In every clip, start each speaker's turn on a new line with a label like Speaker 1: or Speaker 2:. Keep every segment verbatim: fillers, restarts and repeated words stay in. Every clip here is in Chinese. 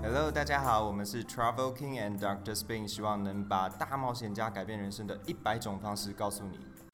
Speaker 1: Hello， 大家好，我们是 Travel King and Doctor Spin， 希望能把大冒险家改变人生的一百种方式告诉你。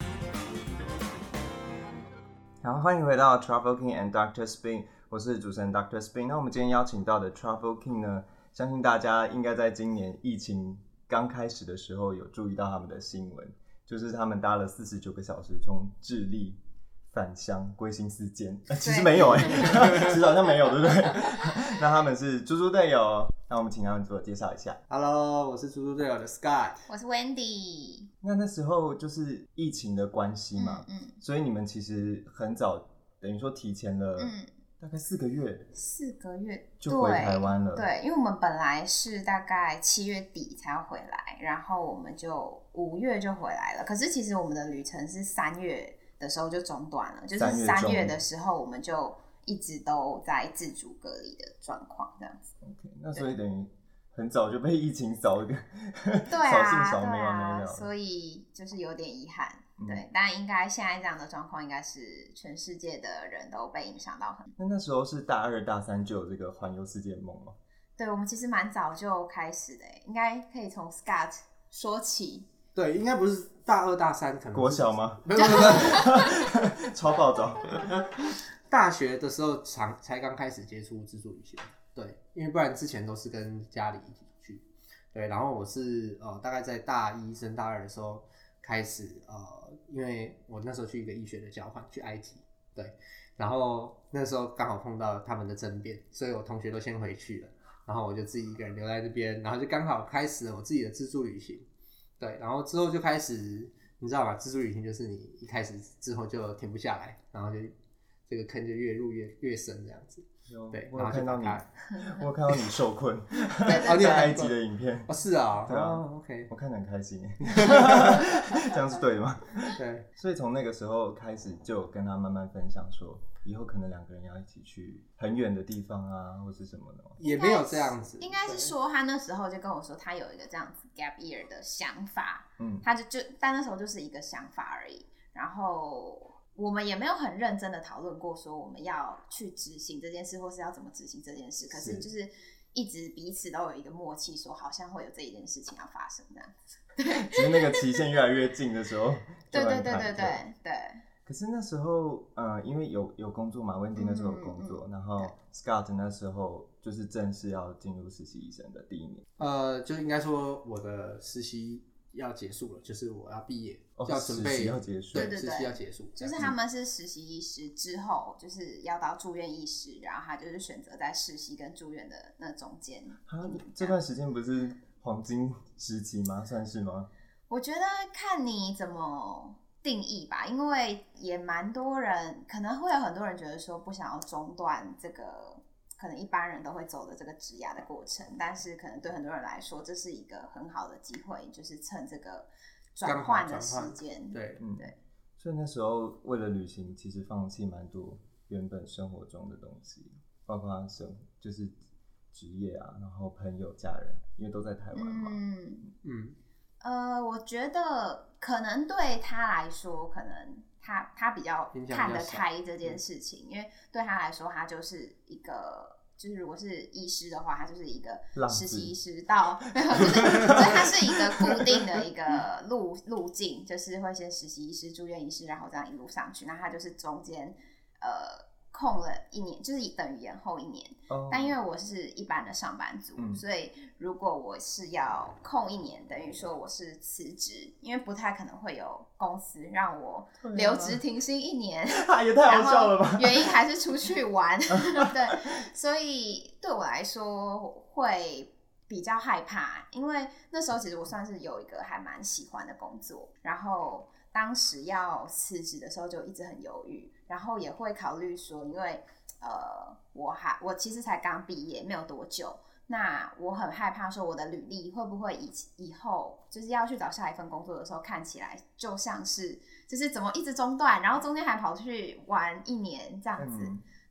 Speaker 1: 好，欢迎回到 Travel King and Doctor Spin， 我是主持人 Doctor Spin。那我们今天邀请到的 Travel King 呢，相信大家应该在今年疫情刚开始的时候有注意到他们的新闻，就是他们搭了四十九个小时从智利返乡归心似箭、呃、其实没有哎、欸，其实好像没有，对不对？那他们是猪猪队友，那我们请他们自我介绍一下。
Speaker 2: Hello， 我是猪猪队友的 Scott，
Speaker 3: 我是 Wendy。
Speaker 1: 那那时候就是疫情的关系嘛，嗯嗯，所以你们其实很早，等于说提前了大概四个月，
Speaker 3: 四个月
Speaker 1: 就回台湾了。
Speaker 3: 对，因为我们本来是大概七月底才要回来，然后我们就五月就回来了。可是其实我们的旅程是三月的时候就中断了，就是三月的时候我们就一直都在自主隔离的状况，这样子。
Speaker 1: OK， 那所以等于很早就被疫情扫一个，
Speaker 3: 对啊，
Speaker 1: 扫兴扫没完没了，
Speaker 3: 所以就是有点遗憾。嗯、对，但应该现在这样的状况，应该是全世界的人都被影响到很。
Speaker 1: 那那时候是大二大三就有这个环游世界梦吗？
Speaker 3: 对，我们其实蛮早就开始的，应该可以从 Scott 说起。
Speaker 2: 对，应该不是大二大三，可能
Speaker 1: 国小吗？
Speaker 2: 没有没有，
Speaker 1: 超暴躁。
Speaker 2: 大学的时候才才刚开始接触自助旅行，对，因为不然之前都是跟家里一起去。对，然后我是呃大概在大一升大二的时候开始呃，因为我那时候去一个医学的交换，去埃及，对，然后那时候刚好碰到他们的政变，所以我同学都先回去了，然后我就自己一个人留在这边，然后就刚好开始了我自己的自助旅行。对，然后之后就开始，你知道吧？自助旅行就是你一开始之后就停不下来，然后就这个坑就越入越越深这样子。对，
Speaker 1: 我有看到你，我有看到你受困
Speaker 3: 哦，
Speaker 1: 在埃及的影片。
Speaker 2: 哦，是啊，
Speaker 1: 对啊、
Speaker 2: 哦、，OK，
Speaker 1: 我看得很开心。这样是对的吗？
Speaker 2: 对，
Speaker 1: 所以从那个时候开始，就有跟他慢慢分享说，以后可能两个人要一起去很远的地方啊，或是什么的。
Speaker 2: 也没有这样子，
Speaker 3: 应该是说他那时候就跟我说，他有一个这样子 gap year 的想法，嗯，他就就但那时候就是一个想法而已，然后我们也没有很认真的讨论过说我们要去执行这件事，或是要怎么执行这件事，可是就是一直彼此都有一个默契，说好像会有这一件事情要发生这样子。对，
Speaker 1: 只是那个期限越来越近的时候，
Speaker 3: 对对对对对对。
Speaker 1: 可是那时候，呃，因为有有工作嘛，温迪那时候有工作，嗯嗯嗯，然后 Scott 那时候就是正式要进入实习医生的第一年。
Speaker 2: 呃，就应该说我的实习要结束了，就是我要毕业，
Speaker 1: 哦、
Speaker 2: 要准备
Speaker 1: 实习要结束，
Speaker 2: 对，
Speaker 3: 对对对，
Speaker 2: 实习要结束，
Speaker 3: 就是他们是实习医师之后，就是要到住院医师，然后他就是选择在实习跟住院的那中间。
Speaker 1: 啊，这段时间不是黄金时期吗？算是吗？
Speaker 3: 我觉得看你怎么定义吧，因为也蛮多人，可能会有很多人觉得说不想要中断这个可能一般人都会走的这个职涯的过程，但是可能对很多人来说这是一个很好的机会，就是趁这个转换的时间。
Speaker 2: 对，
Speaker 1: 嗯，
Speaker 3: 对。
Speaker 1: 所以那时候为了旅行，其实放弃蛮多原本生活中的东西，包括生就是职业啊，然后朋友、家人，因为都在台湾嘛。
Speaker 3: 嗯
Speaker 2: 嗯。
Speaker 3: 呃，我觉得可能对他来说，可能他他比较看得开这件事情，因为对他来说，他就是一个，就是如果是医师的话，他就是一个实习医师到，没有，就是所以他是一个固定的一个路路径，就是会先实习医师、住院医师，然后这样一路上去，那他就是中间呃。空了一年，就是等于延后一年。Oh. 但因为我是一般的上班族，嗯、所以如果我是要空一年，等于说我是辞职，因为不太可能会有公司让我留职停薪一年，
Speaker 1: 啊、也太好笑了吧？
Speaker 3: 原因还是出去玩，对，所以对我来说会比较害怕，因为那时候其实我算是有一个还蛮喜欢的工作，然后当时要辞职的时候就一直很犹豫，然后也会考虑说，因为呃，我还我其实才刚毕业没有多久，那我很害怕说我的履历会不会以以后就是要去找下一份工作的时候看起来就像是就是怎么一直中断，然后中间还跑去玩一年这样子。嗯，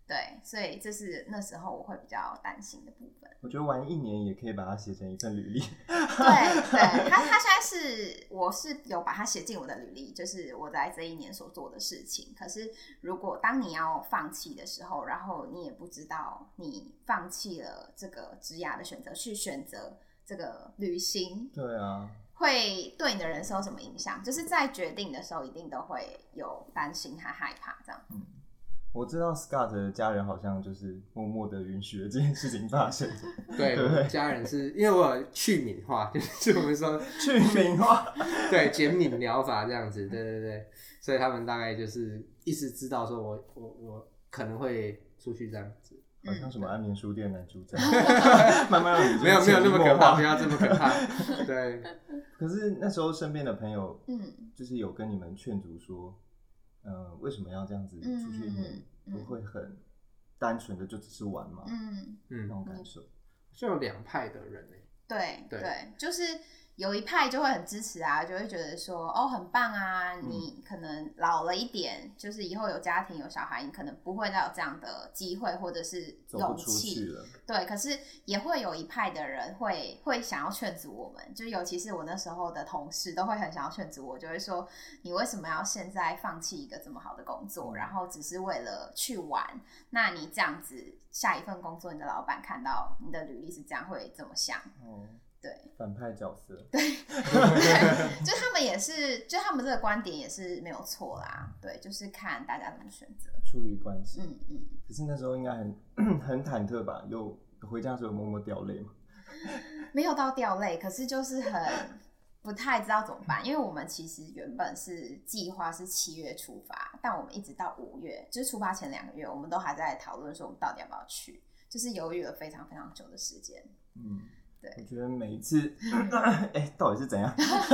Speaker 3: 对，所以这是那时候我会比较担心的部分。
Speaker 1: 我觉得玩一年也可以把它写成一份履历。
Speaker 3: 对对，他他现在是我是有把它写进我的履历，就是我在这一年所做的事情。可是如果当你要放弃的时候，然后你也不知道你放弃了这个职涯的选择，去选择这个旅行，
Speaker 1: 对啊，
Speaker 3: 会对你的人生有什么影响？就是在决定的时候，一定都会有担心和害怕这样。
Speaker 1: 嗯，我知道 Scott 的家人好像就是默默的允许了这件事情发生。
Speaker 2: 对，
Speaker 1: 对
Speaker 2: 我家人是因为我有去敏化，就是我们说
Speaker 1: 去敏化，
Speaker 2: 对，减敏疗法这样子，对对对，所以他们大概就是一直知道说我我我可能会出去这样子。
Speaker 1: 好像什么安眠书店男主角，慢慢让你
Speaker 2: 没有没有那么可怕，不要这么可怕。对。
Speaker 1: 可是那时候身边的朋友，
Speaker 3: 嗯，
Speaker 1: 就是有跟你们劝阻说，呃，为什么要这样子出去一年，不会很单纯的就只是玩吗？
Speaker 3: 嗯
Speaker 1: 嗯，那种感受。
Speaker 2: 就有两派的人欸。
Speaker 3: 对
Speaker 2: 对,
Speaker 3: 对，就是有一派就会很支持啊，就会觉得说哦很棒啊，你可能老了一点，就是以后有家庭有小孩，你可能不会再有这样的机会或者是勇气了。对，可是也会有一派的人会会想要劝阻我们，就尤其是我那时候的同事都会很想要劝阻我，就会说你为什么要现在放弃一个这么好的工作，然后只是为了去玩？那你这样子下一份工作，你的老板看到你的履历是这样，会怎么想？哦，对，
Speaker 1: 反派角色，
Speaker 3: 对，对，就他们也是，就他们这个观点也是没有错啦，对，就是看大家怎么选择，
Speaker 1: 出于关系，
Speaker 3: 嗯嗯。
Speaker 1: 可是那时候应该很很忐忑吧？有回家的时候默默掉泪吗？
Speaker 3: 没有到掉泪，可是就是很不太知道怎么办，因为我们其实原本是计划是七月出发，但我们一直到五月，就是出发前两个月，我们都还在讨论说我们到底要不要去，就是犹豫了非常非常久的时间，嗯。
Speaker 1: 我觉得每一次，哎、欸，到底是怎样？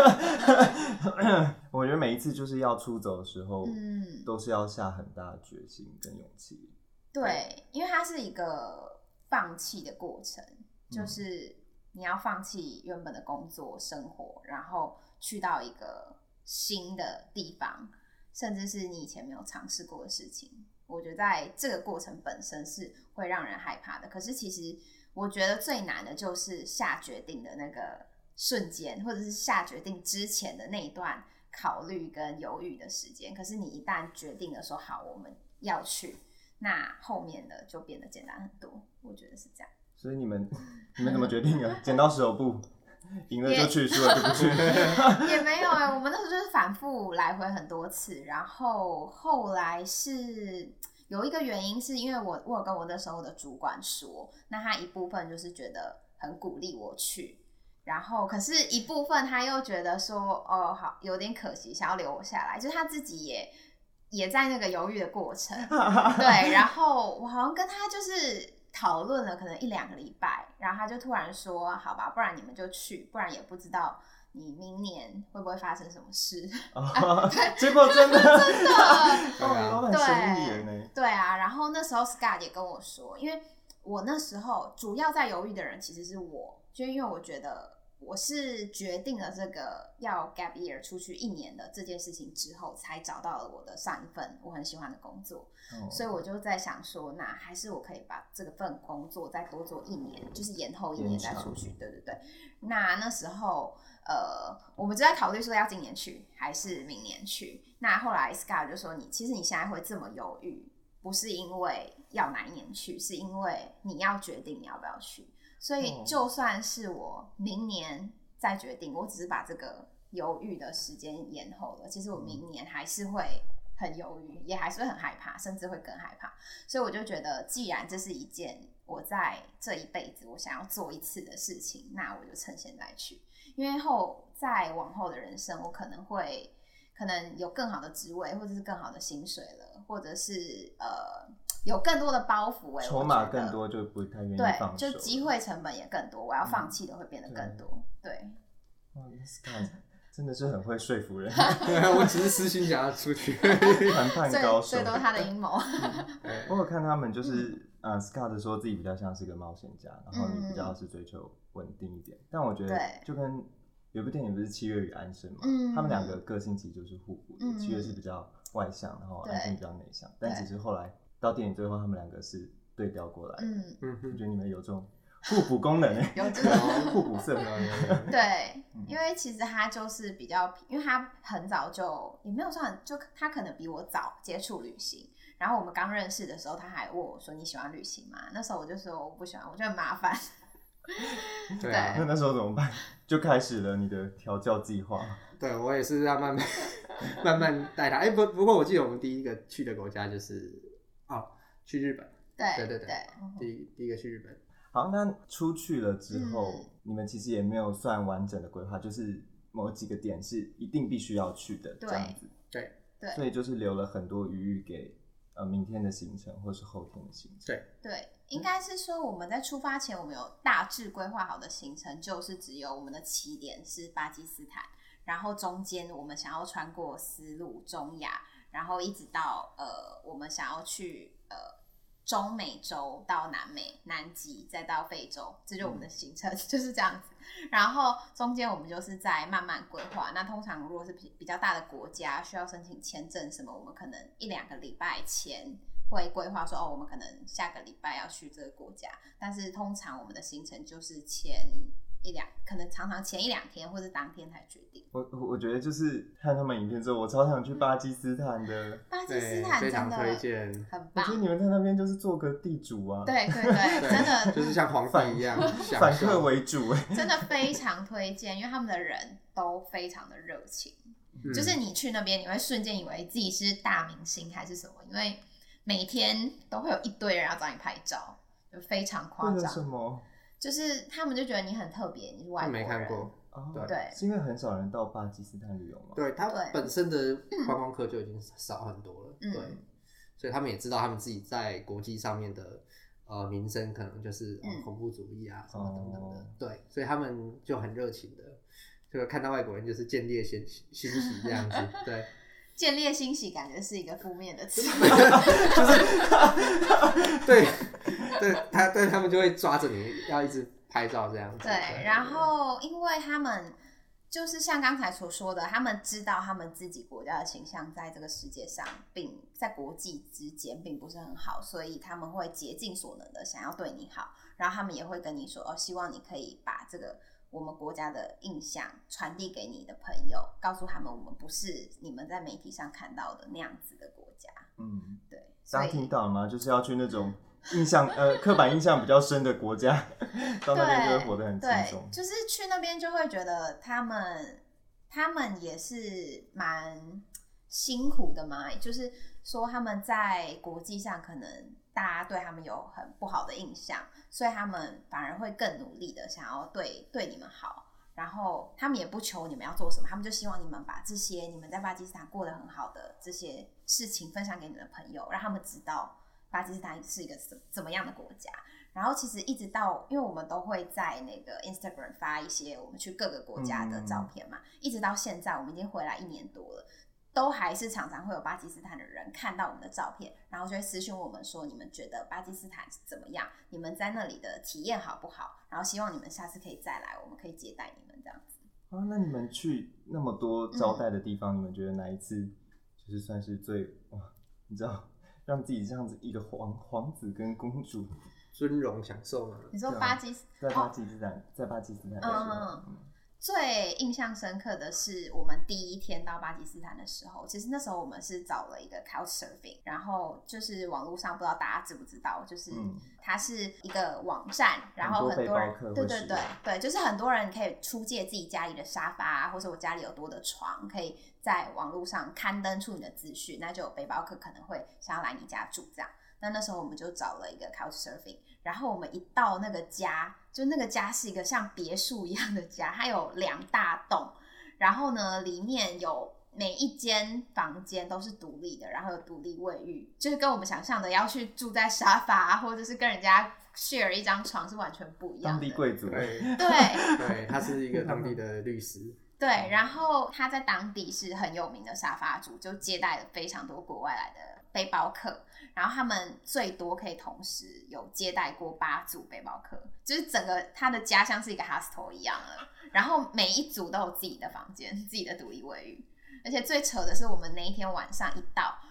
Speaker 1: 我觉得每一次就是要出走的时候，嗯，都是要下很大的决心跟勇气。
Speaker 3: 对，因为它是一个放弃的过程，就是你要放弃原本的工作生活，然后去到一个新的地方，甚至是你以前没有尝试过的事情。我觉得在这个过程本身是会让人害怕的，可是其实。我觉得最难的就是下决定的那个瞬间，或者是下决定之前的那一段考虑跟犹豫的时间。可是你一旦决定了说好我们要去，那后面的就变得简单很多。我觉得是这样。
Speaker 1: 所以你们你们怎么决定的？剪刀石头布，赢了就去，输了就不去。
Speaker 3: 也没有哎、欸，我们那时候就是反复来回很多次，然后后来是。有一个原因是因为我我有跟我那时候的主管说，那他一部分就是觉得很鼓励我去，然后可是一部分他又觉得说哦好有点可惜，想要留我下来，就是他自己也也在那个犹豫的过程，对，然后我好像跟他就是讨论了可能一两个礼拜，然后他就突然说好吧，不然你们就去，不然也不知道。你明年会不会发生什么事？
Speaker 1: 哦啊、结果真的
Speaker 3: 真的，
Speaker 1: 哦，很神秘人呢。
Speaker 3: 对啊，然后那时候 Scott 也跟我说，因为我那时候主要在犹豫的人其实是我，就因为我觉得我是决定了这个要 gap year 出去一年的这件事情之后，才找到了我的上一份我很喜欢的工作，哦、所以我就在想说，那还是我可以把这个份工作再多做一年，就是延后一年再出去。对对对，那那时候。呃，我们就在考虑说要今年去还是明年去。那后来 Scott 就说你，其实你现在会这么犹豫，不是因为要哪一年去，是因为你要决定你要不要去。所以就算是我明年再决定，我只是把这个犹豫的时间延后了。其实我明年还是会很犹豫，也还是会很害怕，甚至会更害怕。所以我就觉得，既然这是一件我在这一辈子我想要做一次的事情，那我就趁现在去。因为后再往后的人生，我可能会可能有更好的职位，或者是更好的薪水了，或者是呃有更多的包袱、欸，
Speaker 1: 筹码更多就不太愿意放手，
Speaker 3: 对，就机会成本也更多，我要放弃的会变得更多。嗯、对，
Speaker 1: 哇 ，Scott 真的是很会说服人。
Speaker 2: 我只是私心想要出去，
Speaker 1: 谈判高手，
Speaker 3: 所以都是他的阴谋。
Speaker 1: 我有看他们就是。呃 Scott 说自己比较像是个冒险家，然后你比较是追求稳定一点。嗯、但我觉得就跟有部电影不是七月与安生嘛，嗯、他们两个个性其实就是互补的。嗯、七月是比较外向，然后安生比较内向。但其实后来到店里最后他们两个是对调过来的。
Speaker 3: 嗯
Speaker 2: 嗯
Speaker 1: 我觉得你们有这种互补功能欸，
Speaker 3: 有这种
Speaker 1: 互补色。
Speaker 3: 对，因为其实他就是比较，因为他很早就也没有算，就他可能比我早接触旅行。然后我们刚认识的时候，他还问我说：“你喜欢旅行吗？”那时候我就说我不喜欢，我觉得很麻烦。
Speaker 2: 对啊，
Speaker 1: 那那时候怎么办？就开始了你的调教计划。
Speaker 2: 对我也是要慢慢慢慢带他。哎、欸，不不过我记得我们第一个去的国家就是哦，去日本。
Speaker 3: 对
Speaker 2: 对对对，
Speaker 3: 对
Speaker 2: 第一第一个去日本。
Speaker 1: 好，那出去了之后，
Speaker 3: 嗯、
Speaker 1: 你们其实也没有算完整的规划，就是某几个点是一定必须要去的这样子。
Speaker 2: 对
Speaker 3: 对，
Speaker 1: 所以就是留了很多余裕给呃明天的行程或是后天的行程。
Speaker 2: 对
Speaker 3: 对，应该是说我们在出发前，我们有大致规划好的行程，就是只有我们的起点是巴基斯坦，然后中间我们想要穿过丝路、中亚，然后一直到呃我们想要去呃中美洲到南美、南极，再到非洲，这就是我们的行程，嗯、就是这样子。然后中间我们就是在慢慢规划。那通常如果是比较大的国家，需要申请签证什么，我们可能一两个礼拜前会规划说，哦，我们可能下个礼拜要去这个国家。但是通常我们的行程就是前一两，可能常常前一两天或者当天才决定。
Speaker 1: 我我觉得就是看他们影片之后，我超想去巴基斯坦的。
Speaker 3: 巴基斯坦真的
Speaker 2: 推荐，
Speaker 3: 很棒。
Speaker 1: 我觉得你们在那边就是做个地主啊。
Speaker 3: 对对对，真的
Speaker 2: 就是像皇帝一样，
Speaker 1: 反客为主。
Speaker 3: 真的非常推荐，因为他们的人都非常的热情。嗯、就是你去那边，你会瞬间以为自己是大明星还是什么，因为每天都会有一堆人要找你拍照，就非常夸张。
Speaker 1: 为了什么？
Speaker 3: 就是他们就觉得你很特别，你是外国人。
Speaker 2: 没看过。
Speaker 1: 哦、
Speaker 3: 对，
Speaker 1: 是因为很少人到巴基斯坦旅游吗？
Speaker 2: 对，他本身的观光客就已经少很多了。嗯、对，所以他们也知道他们自己在国际上面的呃名声可能就是、呃、恐怖主义啊什么等等的。哦、对，所以他们就很热情的，就看到外国人就是见猎欣欣喜这样子。对。
Speaker 3: 见猎欣喜感觉是一个负面的词，
Speaker 2: 就是对对，他对他们就会抓着你要一直拍照这样子。
Speaker 3: 对，对然后因为他们就是像刚才所说的，他们知道他们自己国家的形象在这个世界上并在国际之间并不是很好，所以他们会竭尽所能的想要对你好，然后他们也会跟你说哦，希望你可以把这个我们国家的印象传递给你的朋友，告诉他们我们不是你们在媒体上看到的那样子的国家。
Speaker 1: 嗯，
Speaker 3: 对，
Speaker 1: 大家听到了吗？就是要去那种印象呃刻板印象比较深的国家，到那边就会活得很轻松。
Speaker 3: 对，就是去那边就会觉得他们他们也是蛮辛苦的嘛，就是说他们在国际上可能大家对他们有很不好的印象，所以他们反而会更努力的想要对对你们好，然后他们也不求你们要做什么，他们就希望你们把这些你们在巴基斯坦过得很好的这些事情分享给你的朋友，让他们知道巴基斯坦是一个怎么样的国家。然后其实一直到，因为我们都会在那个 Instagram 发一些我们去各个国家的照片嘛，嗯、一直到现在我们已经回来一年多了，都还是常常会有巴基斯坦的人看到我们的照片，然后就会私讯我们说你们觉得巴基斯坦怎么样，你们在那里的体验好不好，然后希望你们下次可以再来，我们可以接待你们这样子。
Speaker 1: 啊，那你们去那么多招待的地方、嗯、你们觉得哪一次就是算是最哇，你知道让自己这样子一个皇皇子跟公主
Speaker 2: 尊荣享受吗？
Speaker 3: 你说巴基斯
Speaker 1: 在巴基斯坦、哦、在巴基斯坦的时候，
Speaker 3: 嗯嗯最印象深刻的是我们第一天到巴基斯坦的时候，其实那时候我们是找了一个 Couchsurfing， 然后就是网络上不知道大家知不知道，就是它是一个网站，然后很多人对对对对，就是很多人可以出借自己家里的沙发、啊，或者我家里有多的床，可以在网络上刊登出你的资讯，那就有背包客可能会想要来你家住这样。那那时候我们就找了一个 Couchsurfing， 然后我们一到那个家，就那个家是一个像别墅一样的家，它有两大栋，然后呢里面有每一间房间都是独立的，然后有独立卫浴，就是跟我们想象的要去住在沙发或者是跟人家 share 一张床是完全不一样的。
Speaker 1: 当地贵族，
Speaker 2: 对
Speaker 3: 对
Speaker 2: 对，他是一个当地的律师。
Speaker 3: 对，然后他在当地是很有名的沙发主，就接待了非常多国外来的背包客，然后他们最多可以同时有接待过八组背包客，就是整个他的家像是一个 hostel 一样了，然后每一组都有自己的房间，自己的独立卫浴。而且最扯的是我们那一天晚上一到，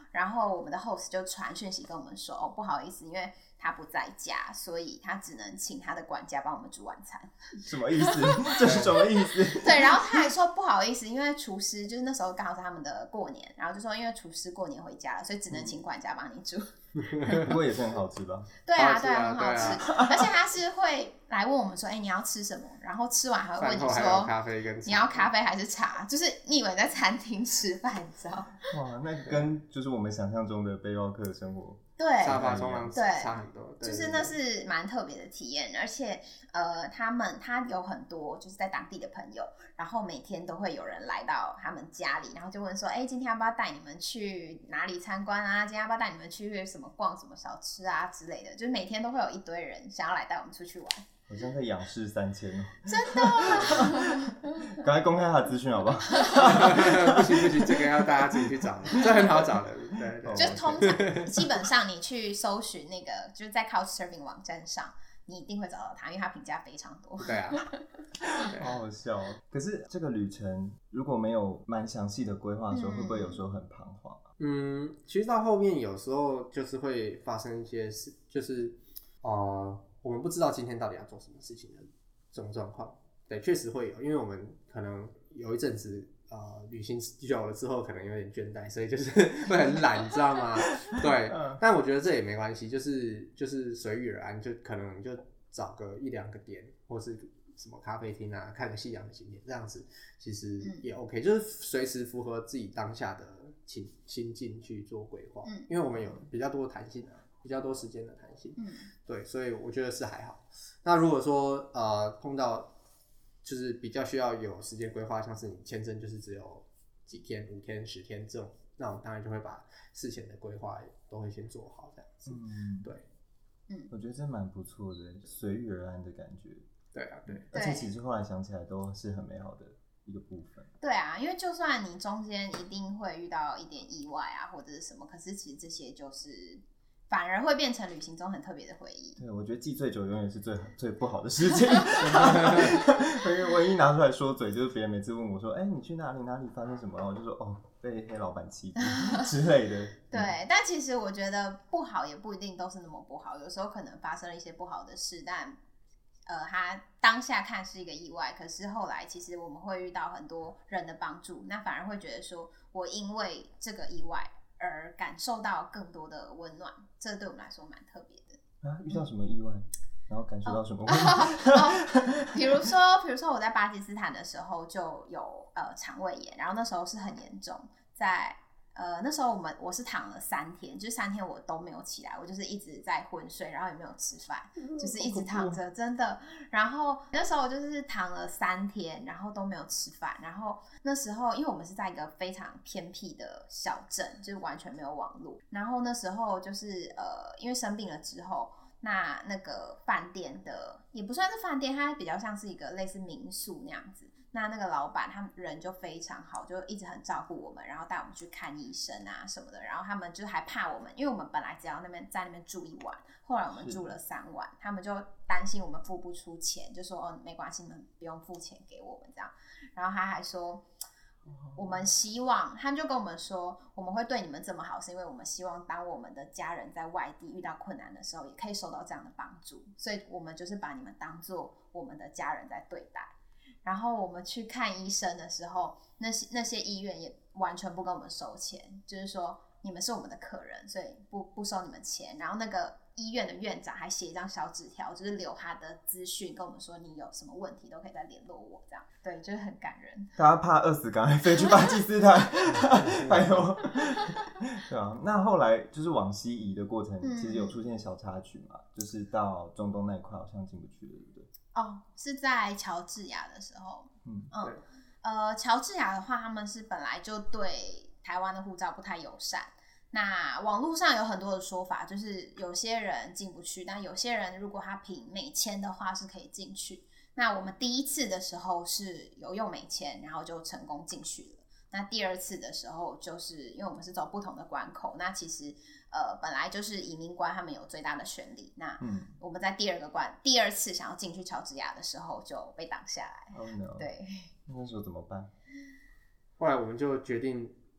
Speaker 3: 然后我们的 host 就传讯息跟我们说，哦，不好意思，因为他不在家，所以他只能请他的管家帮我们煮晚餐。
Speaker 1: 什么意思？这是什么意思？
Speaker 3: 对，然后他还说不好意思，因为厨师就是那时候刚好是他们的过年，然后就说因为厨师过年回家了，所以只能请管家帮你煮。
Speaker 1: 不过也是很好吃吧？
Speaker 3: 对啊，
Speaker 2: 对啊，
Speaker 3: 很好吃，而且他是会来问我们说，哎、欸，你要吃什么？然后吃完还会问你说，
Speaker 2: 咖啡跟
Speaker 3: 你要咖啡还是茶？就是你以为在餐厅吃饭，你知道？
Speaker 1: 哇，那跟就是我们想象中的背包客的生活。
Speaker 3: 对，
Speaker 2: 沙发冲浪差很多，
Speaker 3: 就是那是蛮特别的体验，而且呃，他们他有很多就是在当地的朋友，然后每天都会有人来到他们家里，然后就问说，哎、欸，今天要不要带你们去哪里参观啊？今天要不要带你们去什么逛什么小吃啊之类的？就是每天都会有一堆人想要来带我们出去玩。
Speaker 1: 好像在仰视三千哦，
Speaker 3: 真的！
Speaker 1: 赶快公开他的资讯好不好？
Speaker 2: 不行不行，这个要大家自己去找，这很好找的。对对，
Speaker 3: 就通常基本上你去搜寻那个，就是在 Couchsurfing 网站上，你一定会找到他，因为他评价非常多。
Speaker 2: 对啊，
Speaker 1: 好好笑哦。可是这个旅程如果没有蛮详细的规划的时候，嗯、会不会有时候很彷徨啊？
Speaker 2: 嗯，其实到后面有时候就是会发生一些事，就是呃。我们不知道今天到底要做什么事情的这种状况，对，确实会有，因为我们可能有一阵子呃旅行久了之后，可能有点倦怠，所以就是会很懒，你知道吗？对，但我觉得这也没关系，就是就是随遇而安，就可能就找个一两个点，或是什么咖啡厅啊，看个夕阳的景点，这样子其实也 OK，、嗯、就是随时符合自己当下的情心境去做规划、嗯，因为我们有比较多的弹性啊。比较多时间的弹性，嗯，对，所以我觉得是还好。那如果说呃碰到就是比较需要有时间规划，像是你签证就是只有几天、五天、十天这种，那我当然就会把事前的规划都会先做好这样子。嗯，对，
Speaker 3: 嗯，
Speaker 1: 我觉得这蛮不错的，随遇而安的感觉。
Speaker 2: 对啊，对，
Speaker 1: 而且其实后来想起来都是很美好的一个部分。
Speaker 3: 对啊，因为就算你中间一定会遇到一点意外啊，或者是什么，可是其实这些就是反而会变成旅行中很特别的回忆。
Speaker 1: 对，我觉得记最久永远是最最不好的事情。因为我一拿出来说嘴，就是别人每次问我说：“哎、欸，你去哪里？哪里发生什么？”然后我就说：“哦，被黑老板欺负之类的。”
Speaker 3: 对、嗯，但其实我觉得不好也不一定都是那么不好，有时候可能发生了一些不好的事，但呃，他当下看是一个意外，可是后来其实我们会遇到很多人的帮助，那反而会觉得说，我因为这个意外而感受到更多的温暖，这对我们来说蛮特别的。
Speaker 1: 啊，遇到什么意外，嗯、然后感受到什么温暖？
Speaker 3: 哦，比如说，比如说我在巴基斯坦的时候就有呃肠胃炎，然后那时候是很严重，在呃那时候我们我是躺了三天，就是三天我都没有起来，我就是一直在昏睡，然后也没有吃饭，就是一直躺着，真的。然后那时候就是躺了三天，然后都没有吃饭，然后那时候因为我们是在一个非常偏僻的小镇，就是完全没有网络，然后那时候就是呃因为生病了之后，那那个饭店的也不算是饭店，它比较像是一个类似民宿那样子。那那个老板他们人就非常好，就一直很照顾我们，然后带我们去看医生啊什么的。然后他们就还怕我们，因为我们本来只要那边在那边住一晚，后来我们住了三晚，他们就担心我们付不出钱，就说哦没关系，你们不用付钱给我们这样。然后他还说，我们希望，他们就跟我们说，我们会对你们这么好，是因为我们希望当我们的家人在外地遇到困难的时候，也可以受到这样的帮助，所以我们就是把你们当做我们的家人在对待。然后我们去看医生的时候，那些那些医院也完全不跟我们收钱，就是说你们是我们的客人，所以不不收你们钱。然后那个医院的院长还写一张小纸条，就是留他的资讯，跟我们说你有什么问题都可以再联络我，这样对，就是很感人。
Speaker 1: 大家怕饿死，赶快飞去巴基斯坦，哎呦，对啊。那后来就是往西移的过程，嗯、其实有出现小插曲嘛，就是到中东那一块好像进不去了，对不对？
Speaker 3: 哦，是在乔治亚的时候，嗯嗯，呃，乔治亚的话，他们是本来就对台湾的护照不太友善。那网络上有很多的说法，就是有些人进不去，但有些人如果他凭美签的话是可以进去。那我们第一次的时候是有用美签，然后就成功进去了。那第二次的时候，就是因为我们是走不同的关口，那其实呃本来就是移民官他们有最大的权利。那我们在第二个关，第二次想要进去乔治亚的时候就被挡下来。
Speaker 1: Oh no！
Speaker 3: 对，
Speaker 1: 那时候怎么办？
Speaker 2: 后来我们就决定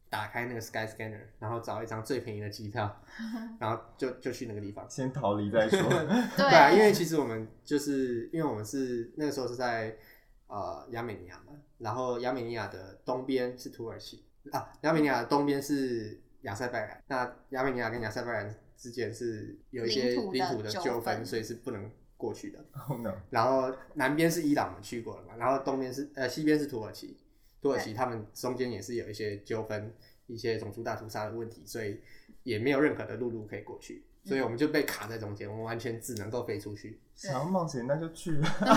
Speaker 2: 打开那个 Sky Scanner， 然后找一张最便宜的机票，然后就就去那个地方，
Speaker 1: 先逃离再说。
Speaker 3: 对
Speaker 2: 啊，因为其实我们就是因为我们是那个时候是在呃亚美尼亚嘛，然后亚美尼亚的东边是土耳其啊，亚美尼亚的东边是亚塞拜然，那亚美尼亚跟亚塞拜然之间是有一些领土的纠纷，所以是不能过去的。
Speaker 1: Oh no！
Speaker 2: 然后南边是伊朗，我们去过了嘛，然后东边是呃西边是土耳其。土耳其他们中间也是有一些纠纷，一些种族大屠杀的问题，所以也没有任何的陆路可以过去，所以我们就被卡在中间，我们完全只能够飞出去。
Speaker 1: 想要冒险那就去，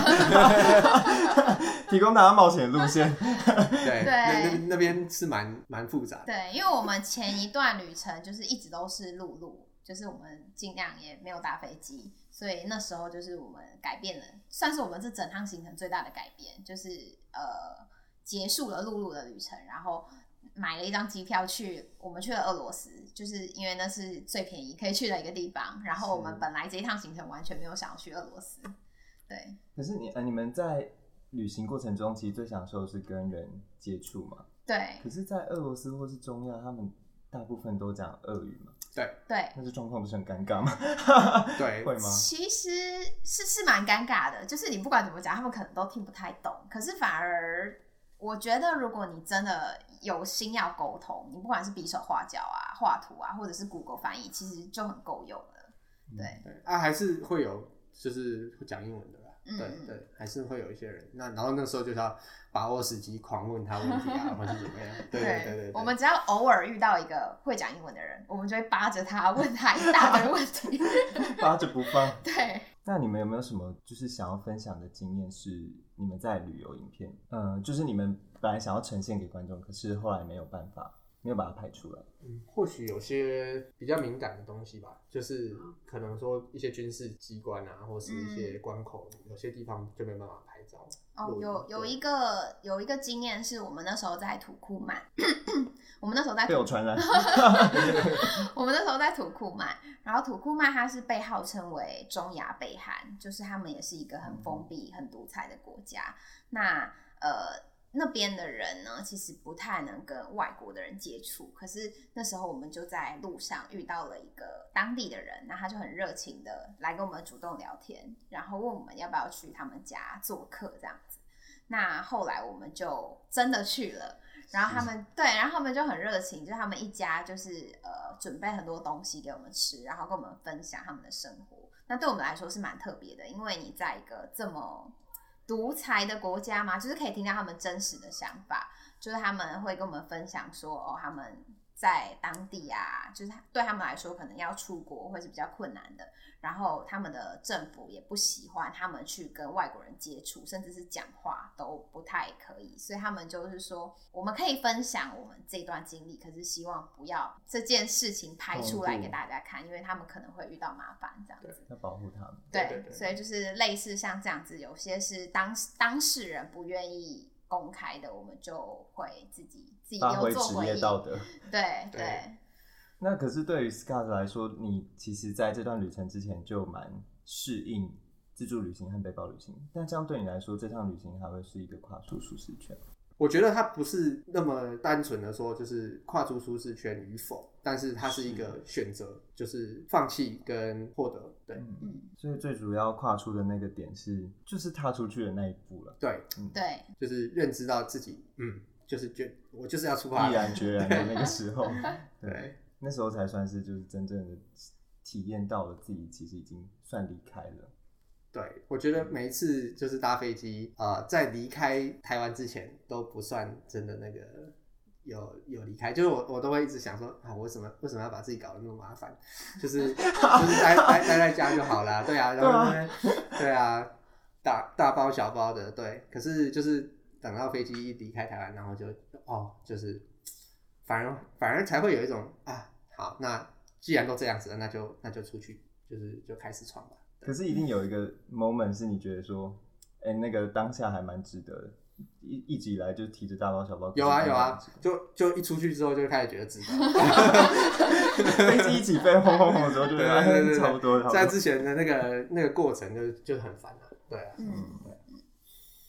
Speaker 1: 提供大家冒险路线。
Speaker 2: 对，那那那边是蛮蛮复杂的。
Speaker 3: 对，因为我们前一段旅程就是一直都是陆路，就是我们尽量也没有搭飞机，所以那时候就是我们改变了，算是我们这整趟行程最大的改变，就是呃。结束了陆路的旅程，然后买了一张机票去，我们去了俄罗斯，就是因为那是最便宜可以去的一个地方。然后我们本来这一趟行程完全没有想要去俄罗斯，对。
Speaker 1: 可是你呃，你们在旅行过程中，其实最享受的是跟人接触嘛？
Speaker 3: 对。
Speaker 1: 可是，在俄罗斯或是中亚，他们大部分都讲俄语嘛？
Speaker 2: 对
Speaker 3: 对。
Speaker 1: 那这状况不是很尴尬吗？
Speaker 2: 对，
Speaker 1: 会吗？
Speaker 3: 其实是是蛮尴尬的，就是你不管怎么讲，他们可能都听不太懂。可是反而。我觉得，如果你真的有心要沟通，你不管是比手画脚啊、画图啊，或者是 Google 翻译，其实就很够用了。对，
Speaker 2: 对啊，还是会有就是会讲英文的啦。
Speaker 3: 嗯、
Speaker 2: 对对，还是会有一些人。那然后那时候就是要把握时机，狂问他问题啊，或是怎么样。对对对 对, 对。
Speaker 3: 我们只要偶尔遇到一个会讲英文的人，我们就会扒着他问他一大堆问题，
Speaker 1: 扒着不放。
Speaker 3: 对。
Speaker 1: 那你们有没有什么就是想要分享的经验，是你们在旅游影片，嗯，就是你们本来想要呈现给观众，可是后来没有办法，没有把它拍出来？
Speaker 2: 嗯，或许有些比较敏感的东西吧，就是可能说一些军事机关啊，或是一些关口，嗯、有些地方就没办法拍照。
Speaker 3: 哦，有有一个有一个经验是我们那时候在土库曼，我们那时候在
Speaker 1: 被我传染。
Speaker 3: 我们那时候在土库曼，然后土库曼它是被号称为中亚北韩，就是他们也是一个很封闭、很独裁的国家。那呃。那边的人呢，其实不太能跟外国的人接触。可是那时候我们就在路上遇到了一个当地的人，那他就很热情的来跟我们主动聊天，然后问我们要不要去他们家做客这样子。那后来我们就真的去了，然后他们对，然后他们就很热情，就是他们一家就是呃准备很多东西给我们吃，然后跟我们分享他们的生活。那对我们来说是蛮特别的，因为你在一个这么独裁的国家嘛，就是可以听到他们真实的想法，就是他们会跟我们分享说，哦，他们在当地啊，就是对他们来说可能要出国会是比较困难的，然后他们的政府也不喜欢他们去跟外国人接触，甚至是讲话都不太可以，所以他们就是说，我们可以分享我们这段经历，可是希望不要这件事情拍出来给大家看，因为他们可能会遇到麻烦这样子，
Speaker 1: 要保护他们。
Speaker 3: 对，
Speaker 2: 对对对，
Speaker 3: 所以就是类似像这样子，有些是当当事人不愿意公开的，我们就会自己自己
Speaker 1: 发挥
Speaker 3: 有做回应。
Speaker 1: 职业道德。
Speaker 3: 对 对,
Speaker 1: 对。那可是对于 Scott 来说，你其实在这段旅程之前就蛮适应自助旅行和背包旅行，但这样对你来说，这趟旅行还会是一个跨出舒适圈？
Speaker 2: 我觉得它不是那么单纯的说就是跨出舒适圈与否，但是它是一个选择，就是放弃跟获得。对、
Speaker 1: 嗯，所以最主要跨出的那个点是，就是踏出去的那一步了。
Speaker 2: 对，
Speaker 3: 嗯、对，
Speaker 2: 就是认知到自己，嗯，就是觉我就是要出发了，
Speaker 1: 毅然决然的那个时候，
Speaker 2: 对。对，
Speaker 1: 那时候才算是就是真正的体验到了自己其实已经算离开了。
Speaker 2: 对，我觉得每一次就是搭飞机，呃，在离开台湾之前都不算真的那个有有离开，就是我我都会一直想说啊，我为什么为什么要把自己搞得那么麻烦？就是就是待待待在家就好啦，对啊，然后呢，对啊，大大包小包的，对，可是就是等到飞机一离开台湾，然后就哦，就是反而反而才会有一种啊，好，那既然都这样子了，那就那就出去，就是就开始闯吧。
Speaker 1: 可是一定有一个 moment 是你觉得说，哎、欸，那个当下还蛮值得的，一一直以来就提着大包小包。
Speaker 2: 有啊有啊，就就一出去之后就开始觉得值得。
Speaker 1: 飞机一起飞轰轰轰的时候就觉得
Speaker 2: 对对对
Speaker 1: 差不多。
Speaker 2: 在之前的那个那个过程就就很烦了，对啊。
Speaker 3: 嗯，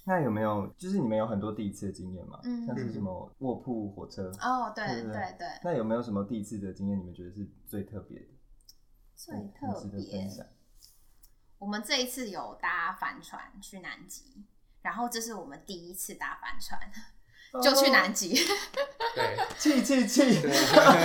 Speaker 1: 那有没有就是你们有很多第一次的经验嘛？
Speaker 3: 嗯，
Speaker 1: 像是什么卧铺火车？
Speaker 3: 哦，对
Speaker 1: 对 对,
Speaker 3: 对对。
Speaker 1: 那有没有什么第一次的经验，你们觉得是最特别的？
Speaker 3: 最特别。我们这一次有搭帆船去南极，然后这是我们第一次搭帆船。就去南极，
Speaker 2: 对，
Speaker 1: 气气气。
Speaker 3: 对，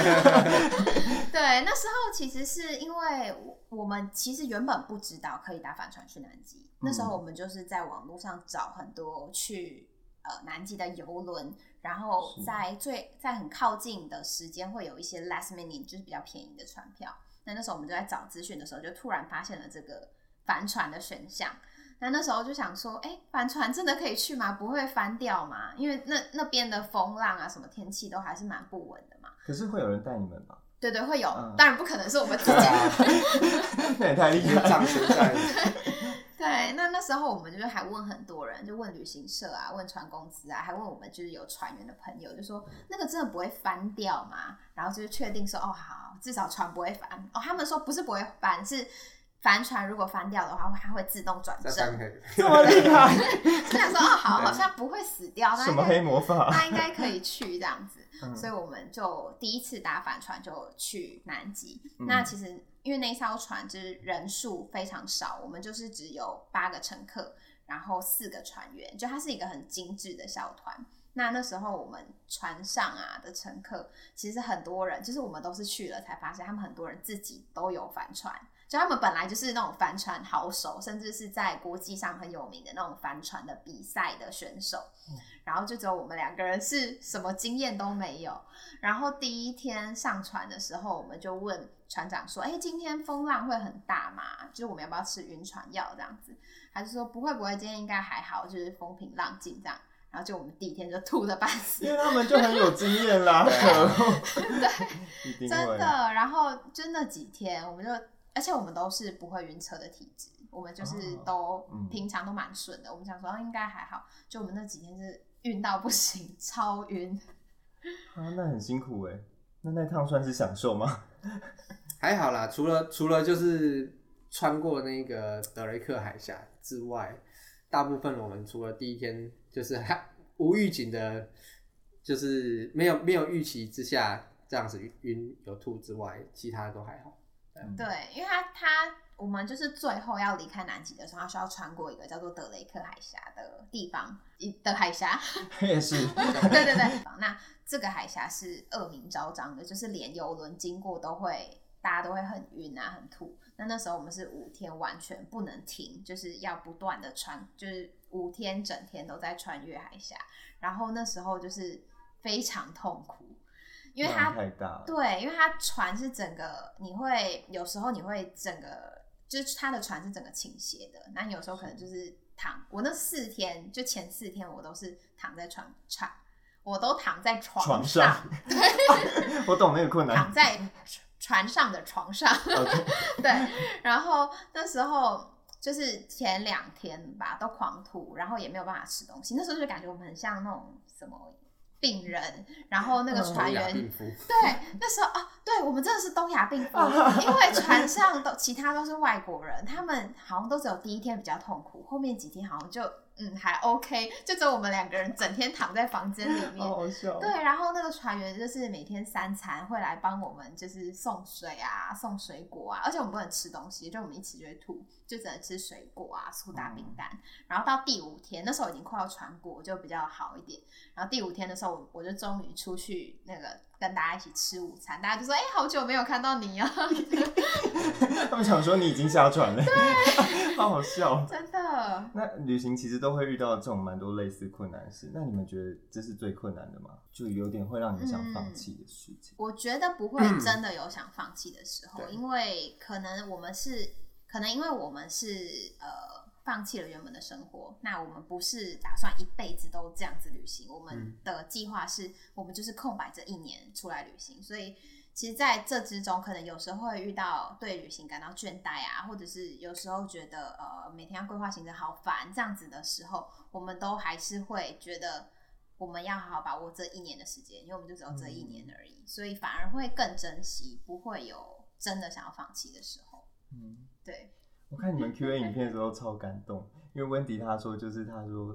Speaker 3: 那时候其实是因为我们其实原本不知道可以搭帆船去南极，嗯、那时候我们就是在网络上找很多去呃南极的邮轮，然后在最在很靠近的时间会有一些 last minute 就是比较便宜的船票。那那时候我们就在找资讯的时候，就突然发现了这个帆船的选项。那那时候就想说，哎、欸，帆船真的可以去吗？不会翻掉吗？因为那那边的风浪啊，什么天气都还是蛮不稳的嘛。
Speaker 1: 可是会有人带你们吧？
Speaker 3: 对对，会有，
Speaker 1: 嗯、
Speaker 3: 当然不可能是我们自己。
Speaker 1: 那也太厉害了，
Speaker 3: 对，那那时候我们就是还问很多人，就问旅行社啊，问船公司啊，还问我们就是有船员的朋友，就说那个真的不会翻掉吗？然后就是确定说，哦好，至少船不会翻。哦，他们说不是不会翻，是。帆船如果翻掉的话，它会自动转正，
Speaker 1: 这么厉害！
Speaker 3: 就想说哦，好，好像不会死掉，
Speaker 1: 什么黑魔法？
Speaker 3: 那应该可以去这样子，嗯、所以我们就第一次搭帆船就去南极。嗯、那其实因为那艘船就是人数非常少，我们就是只有八个乘客，然后四个船员，就它是一个很精致的小团。那那时候我们船上啊的乘客，其实很多人，就是我们都是去了才发现，他们很多人自己都有帆船。就他们本来就是那种帆船好手，甚至是在国际上很有名的那种帆船的比赛的选手，嗯、然后就只有我们两个人是什么经验都没有。然后第一天上船的时候，我们就问船长说：“哎，今天风浪会很大吗？就是我们要不要吃晕船药这样子？”他就说：“不会不会，今天应该还好，就是风平浪静这样。”然后就我们第一天就吐得半死，
Speaker 1: 因为他们就很有经验啦。
Speaker 3: 对，真的。然后就那几天，我们就。而且我们都是不会晕车的体质，我们就是都、哦嗯、平常都蛮顺的。我们想说、啊、应该还好，就我们那几天是晕到不行，超晕。
Speaker 1: 啊，那很辛苦哎。那那趟算是享受吗？
Speaker 2: 还好啦，除了除了就是穿过那个德雷克海峡之外，大部分我们除了第一天就是还无预警的，就是没有没有预期之下这样子晕有吐之外，其他都还好。
Speaker 3: 对，因为他他我们就是最后要离开南极的时候，他需要穿过一个叫做德雷克海峡的地方的海峡，
Speaker 1: 也是，
Speaker 3: 对对对。那这个海峡是恶名昭彰的，就是连邮轮经过都会，大家都会很晕啊，很吐。那那时候我们是五天完全不能停，就是要不断的穿，就是五天整天都在穿越海峡，然后那时候就是非常痛苦。因为它
Speaker 1: 太大了，
Speaker 3: 对，因为它船是整个，你会有时候你会整个，就是它的船是整个倾斜的，那你有时候可能就是躺，我那四天就前四天我都是躺在床上，我都躺在床上，床上
Speaker 1: 对，我懂那个困难，
Speaker 3: 躺在船上的床上，对，然后那时候就是前两天吧，都狂吐，然后也没有办法吃东西，那时候就感觉我们很像那种什么。病人，然后那个船员，
Speaker 2: 嗯、
Speaker 3: 对，那时候啊，对我们真的是东亚病夫，因为船上都其他都是外国人，他们好像都只有第一天比较痛苦，后面几天好像就嗯还 OK， 就只有我们两个人整天躺在房间里面，
Speaker 1: 好好笑。
Speaker 3: 对，然后那个船员就是每天三餐会来帮我们，就是送水啊、送水果啊，而且我们不能吃东西，就我们一吃就会吐，就只能吃水果啊、苏打饼干。嗯、然后到第五天，那时候已经快要船过，就比较好一点。然后第五天的时候，我就终于出去那个跟大家一起吃午餐，大家就说：“哎、欸，好久没有看到你啊！”
Speaker 1: 他们想说你已经下船了，对，好好笑，
Speaker 3: 真的。
Speaker 1: 那旅行其实都会遇到这种蛮多类似困难的事，那你们觉得这是最困难的吗？就有点会让你想放弃的事情、嗯。
Speaker 3: 我觉得不会真的有想放弃的时候，嗯、因为可能我们是，可能因为我们是呃。放弃了原本的生活，那我们不是打算一辈子都这样子旅行，我们的计划是我们就是空白这一年出来旅行，所以其实在这之中可能有时候会遇到对旅行感到倦怠啊，或者是有时候觉得呃每天要规划行程好烦这样子的时候，我们都还是会觉得我们要好好把握这一年的时间，因为我们就只有这一年而已、嗯、所以反而会更珍惜，不会有真的想要放弃的时候。嗯，对。
Speaker 1: 我看你们 Q A 影片的时候超感动，因为温迪他说就是他说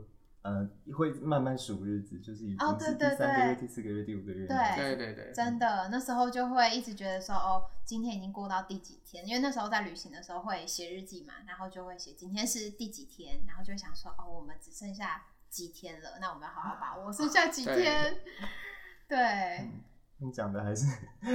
Speaker 1: 呃会慢慢数日子，就是已经是第三个月、第四个月、第五个月。
Speaker 3: 对
Speaker 2: 对对对，
Speaker 3: 真的那时候就会一直觉得说，哦，今天已经过到第几天，因为那时候在旅行的时候会写日记嘛，然后就会写今天是第几天，然后就会想说，哦，我们只剩下几天了，那我们要好好把握剩下几天。对。对
Speaker 1: 你讲的还是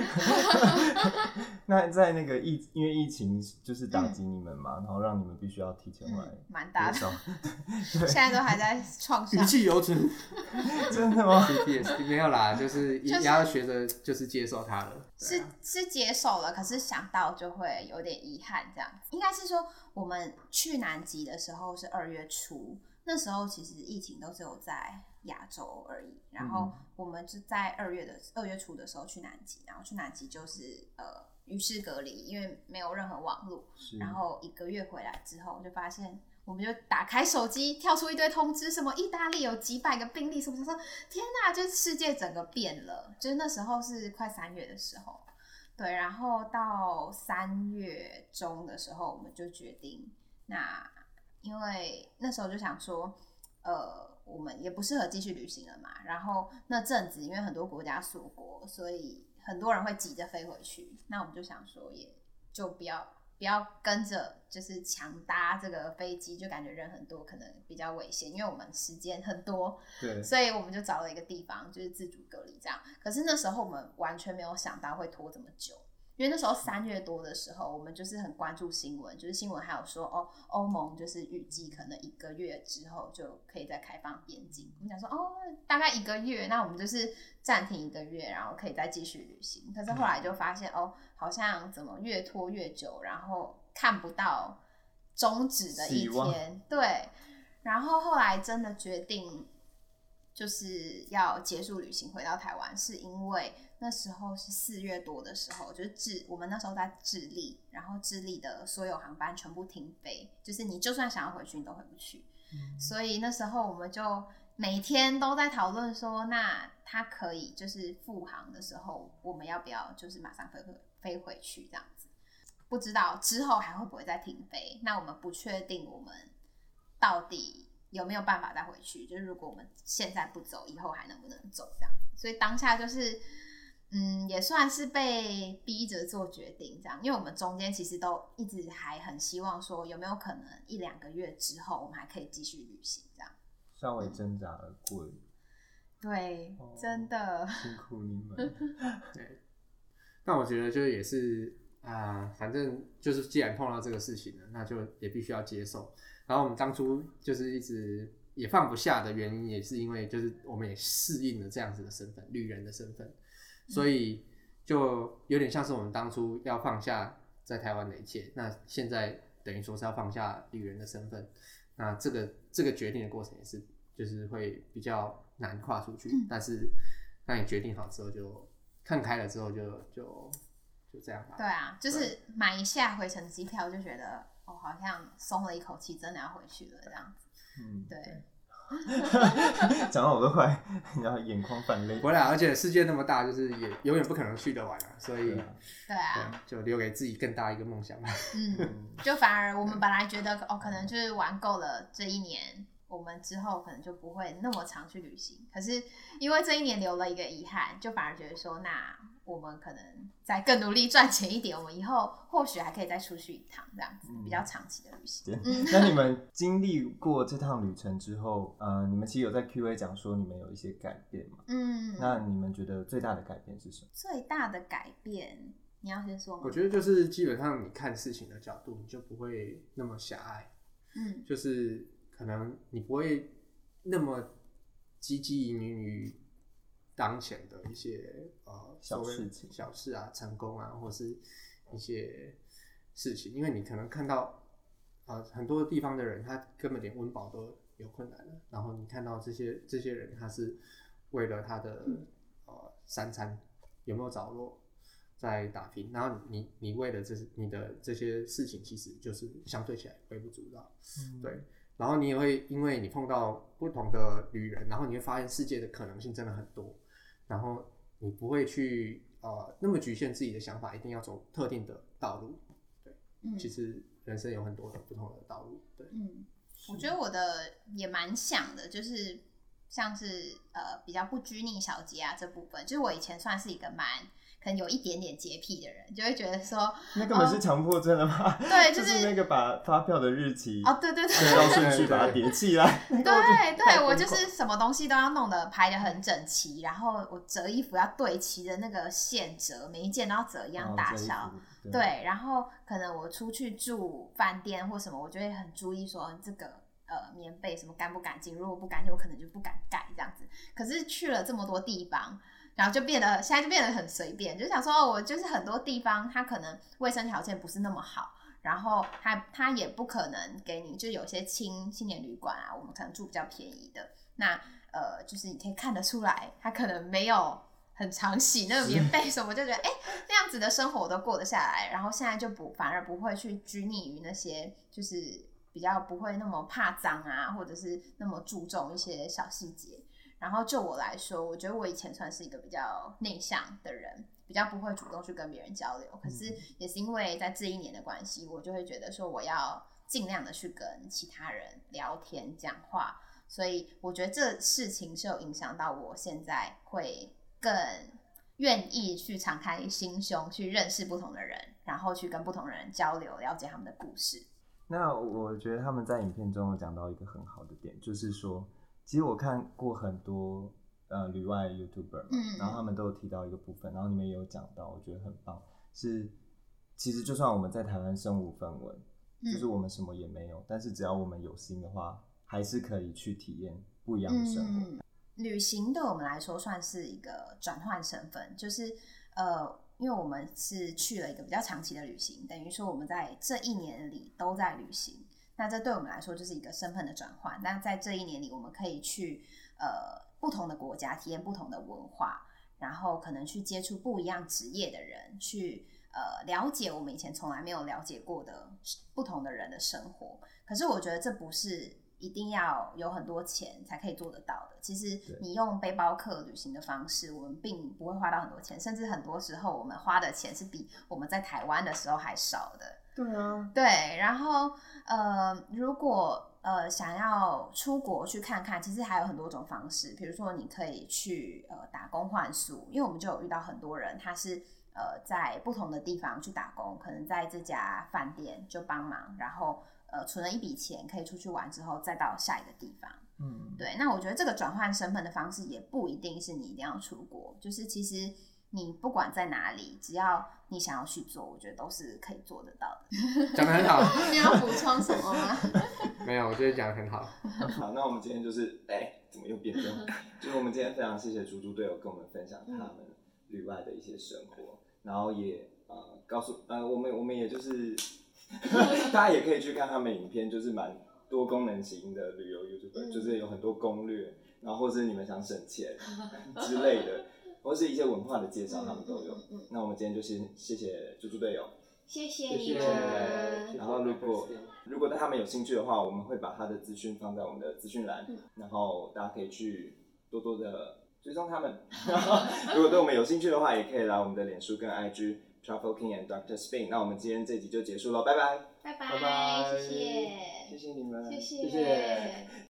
Speaker 1: 那在那个疫，因为疫情就是打击你们嘛，嗯、然后让你们必须要提前回来，
Speaker 3: 蛮、嗯、大的，现在都还在创伤，
Speaker 2: 余悸犹存。
Speaker 1: 真的吗？
Speaker 2: 没有啦，就是也要学着就是接受它了。
Speaker 3: 是、啊、是接受了，可是想到就会有点遗憾，这样子。应该是说我们去南极的时候是二月初，那时候其实疫情都只有在亚洲而已，然后我们是在二月的二月初的时候去南极，然后去南极就是呃与世隔离，因为没有任何网络，然后一个月回来之后就发现，我们就打开手机跳出一堆通知，什么意大利有几百个病例，什么说天哪，就世界整个变了，就是那时候是快三月的时候，对，然后到三月中的时候我们就决定，那因为那时候就想说呃我们也不适合继续旅行了嘛，然后那阵子因为很多国家锁国，所以很多人会急着飞回去，那我们就想说也就不要不要跟着就是强搭这个飞机，就感觉人很多可能比较危险，因为我们时间很多，
Speaker 1: 对，
Speaker 3: 所以我们就找了一个地方就是自主隔离这样。可是那时候我们完全没有想到会拖这么久，因为那时候三月多的时候，我们就是很关注新闻，就是新闻还有说哦，欧盟就是预计可能一个月之后就可以再开放边境。我们想说哦，大概一个月，那我们就是暂停一个月，然后可以再继续旅行。可是后来就发现哦，好像怎么越拖越久，然后看不到终止的一天。对，然后后来真的决定就是要结束旅行回到台湾，是因为那时候是四月多的时候，就是智我们那时候在智利，然后智利的所有航班全部停飞，就是你就算想要回去你都回不去、嗯、所以那时候我们就每天都在讨论说，那它可以就是复航的时候我们要不要就是马上飞回飞回去这样子，不知道之后还会不会再停飞，那我们不确定我们到底有没有办法再回去，就是如果我们现在不走以后还能不能走这样，所以当下就是嗯，也算是被逼着做决定这样，因为我们中间其实都一直还很希望说有没有可能一两个月之后我们还可以继续旅行这样，
Speaker 1: 稍微挣扎而过、嗯、
Speaker 3: 对、哦、真的
Speaker 1: 辛苦你们
Speaker 2: 对，但我觉得就也是啊、呃，反正就是既然碰到这个事情了，那就也必须要接受。然后我们当初就是一直也放不下的原因，也是因为就是我们也适应了这样子的身份，旅人的身份，所以就有点像是我们当初要放下在台湾的一切，那现在等于说是要放下旅人的身份，那这个这个决定的过程也是就是会比较难跨出去，嗯、但是当你决定好之后就看开了之后就就就这样吧。
Speaker 3: 对啊，就是买一下回程机票就觉得哦，好像松了一口气，真的要回去了这样子。嗯，对。
Speaker 1: 讲到我都快，然后眼眶泛泪。
Speaker 2: 不会啦，而且世界那么大，就是也永远不可能去得完啊，所以
Speaker 3: 对啊，
Speaker 2: 就留给自己更大一个梦想吧。
Speaker 3: 嗯，就反而我们本来觉得哦，可能就是玩够了这一年，我们之后可能就不会那么常去旅行。可是因为这一年留了一个遗憾，就反而觉得说，那我们可能再更努力赚钱一点，我们以后或许还可以再出去一趟，这样子、嗯、比较长期的旅行。
Speaker 1: 嗯、那你们经历过这趟旅程之后，呃，你们其实有在 Q A 讲说你们有一些改变嘛？嗯，那你们觉得最大的改变是什么？
Speaker 3: 最大的改变，你要先说吗？
Speaker 2: 我觉得就是基本上你看事情的角度，你就不会那么狭隘。嗯，就是可能你不会那么汲汲营营于当前的一些呃
Speaker 1: 小事情、
Speaker 2: 小事啊、成功啊，或是一些事情，因为你可能看到呃很多地方的人，他根本连温饱都有困难了，然后你看到这些这些人，他是为了他的呃三餐有没有着落在打拼，然后你你为了这你的这些事情，其实就是相对起来微不足道，嗯、对。然后你也会因为你碰到不同的旅人，然后你会发现世界的可能性真的很多，然后你不会去呃那么局限自己的想法，一定要走特定的道路，对，嗯、其实人生有很多的不同的道路，对，
Speaker 3: 嗯， 我觉得我的也蛮像的，就是像是呃比较不拘泥小节啊这部分，就是我以前算是一个蛮可能有一点点洁癖的人，就会觉得说
Speaker 1: 那根本是强迫症了吧？
Speaker 3: 哦、对，
Speaker 1: 就
Speaker 3: 是、
Speaker 1: 是那个把发票的日期
Speaker 3: 哦，对对对，
Speaker 1: 按照顺序把它叠起来。
Speaker 3: 对对，我就是什么东西都要弄得排得很整齐，然后我折衣服要对齐的那个线折，每一件都要折一样大小。哦、对, 对，然后可能我出去住饭店或什么，我就会很注意说这个呃棉被什么干不干净，如果不干净，我可能就不敢盖这样子。可是去了这么多地方。然后就变得，现在就变得很随便，就想说，我就是很多地方它可能卫生条件不是那么好，然后它它也不可能给你，就有些青青年旅馆啊，我们可能住比较便宜的，那呃，就是你可以看得出来，它可能没有很常洗那个棉被什么，就觉得哎，那样子的生活我都过得下来，然后现在就不反而不会去拘泥于那些，就是比较不会那么怕脏啊，或者是那么注重一些小细节。然后就我来说，我觉得我以前算是一个比较内向的人，比较不会主动去跟别人交流。可是也是因为在这一年的关系，我就会觉得说我要尽量的去跟其他人聊天讲话，所以我觉得这事情是有影响到我现在会更愿意去敞开心胸去认识不同的人，然后去跟不同的人交流，了解他们的故事。
Speaker 1: 那我觉得他们在影片中有讲到一个很好的点，就是说其实我看过很多呃旅外 YouTuber 嘛、嗯，然后他们都有提到一个部分，然后你们也有讲到，我觉得很棒，是其实就算我们在台湾身无分文、嗯，就是我们什么也没有，但是只要我们有心的话，还是可以去体验不一样的生活。
Speaker 3: 嗯、旅行对我们来说算是一个转换身份，就是呃，因为我们是去了一个比较长期的旅行，等于说我们在这一年里都在旅行。那这对我们来说就是一个身份的转换。那在这一年里，我们可以去呃不同的国家体验不同的文化，然后可能去接触不一样职业的人，去呃了解我们以前从来没有了解过的不同的人的生活。可是我觉得这不是一定要有很多钱才可以做得到的。其实你用背包客旅行的方式，我们并不会花到很多钱，甚至很多时候我们花的钱是比我们在台湾的时候还少的。
Speaker 1: 对啊，
Speaker 3: 对，然后呃，如果呃想要出国去看看，其实还有很多种方式，比如说你可以去呃打工换宿，因为我们就有遇到很多人，他是呃在不同的地方去打工，可能在这家饭店就帮忙，然后呃存了一笔钱，可以出去玩之后再到下一个地方。嗯，对，那我觉得这个转换身份的方式也不一定是你一定要出国，就是其实你不管在哪里，只要你想要去做，我觉得都是可以做得到的。
Speaker 2: 讲得很好。
Speaker 3: 你要补充什么吗？
Speaker 2: 没有，我觉得讲得很好。
Speaker 1: 好，那我们今天就是哎、欸，怎么又变动？就是我们今天非常谢谢猪猪队友跟我们分享他们旅外的一些生活，然后也呃告诉呃我们我们也就是大家也可以去看他们影片，就是蛮多功能型的旅游 YouTuber，、嗯、就是有很多攻略，然后或是你们想省钱之类的。或是一些文化的介绍，他们都有。嗯嗯、那我们今天就先谢谢猪猪队友，
Speaker 3: 谢谢你们。
Speaker 1: 然后如果如果对他们有兴趣的话，我们会把他的资讯放在我们的资讯栏、嗯，然后大家可以去多多的追踪他们。如果对我们有兴趣的话，也可以来我们的脸书跟 I G Travel King and Doctor Spin。那我们今天这集就结束了，拜拜，
Speaker 3: 拜拜，拜拜，谢谢，
Speaker 1: 谢谢你们，
Speaker 3: 谢谢。
Speaker 1: 谢谢。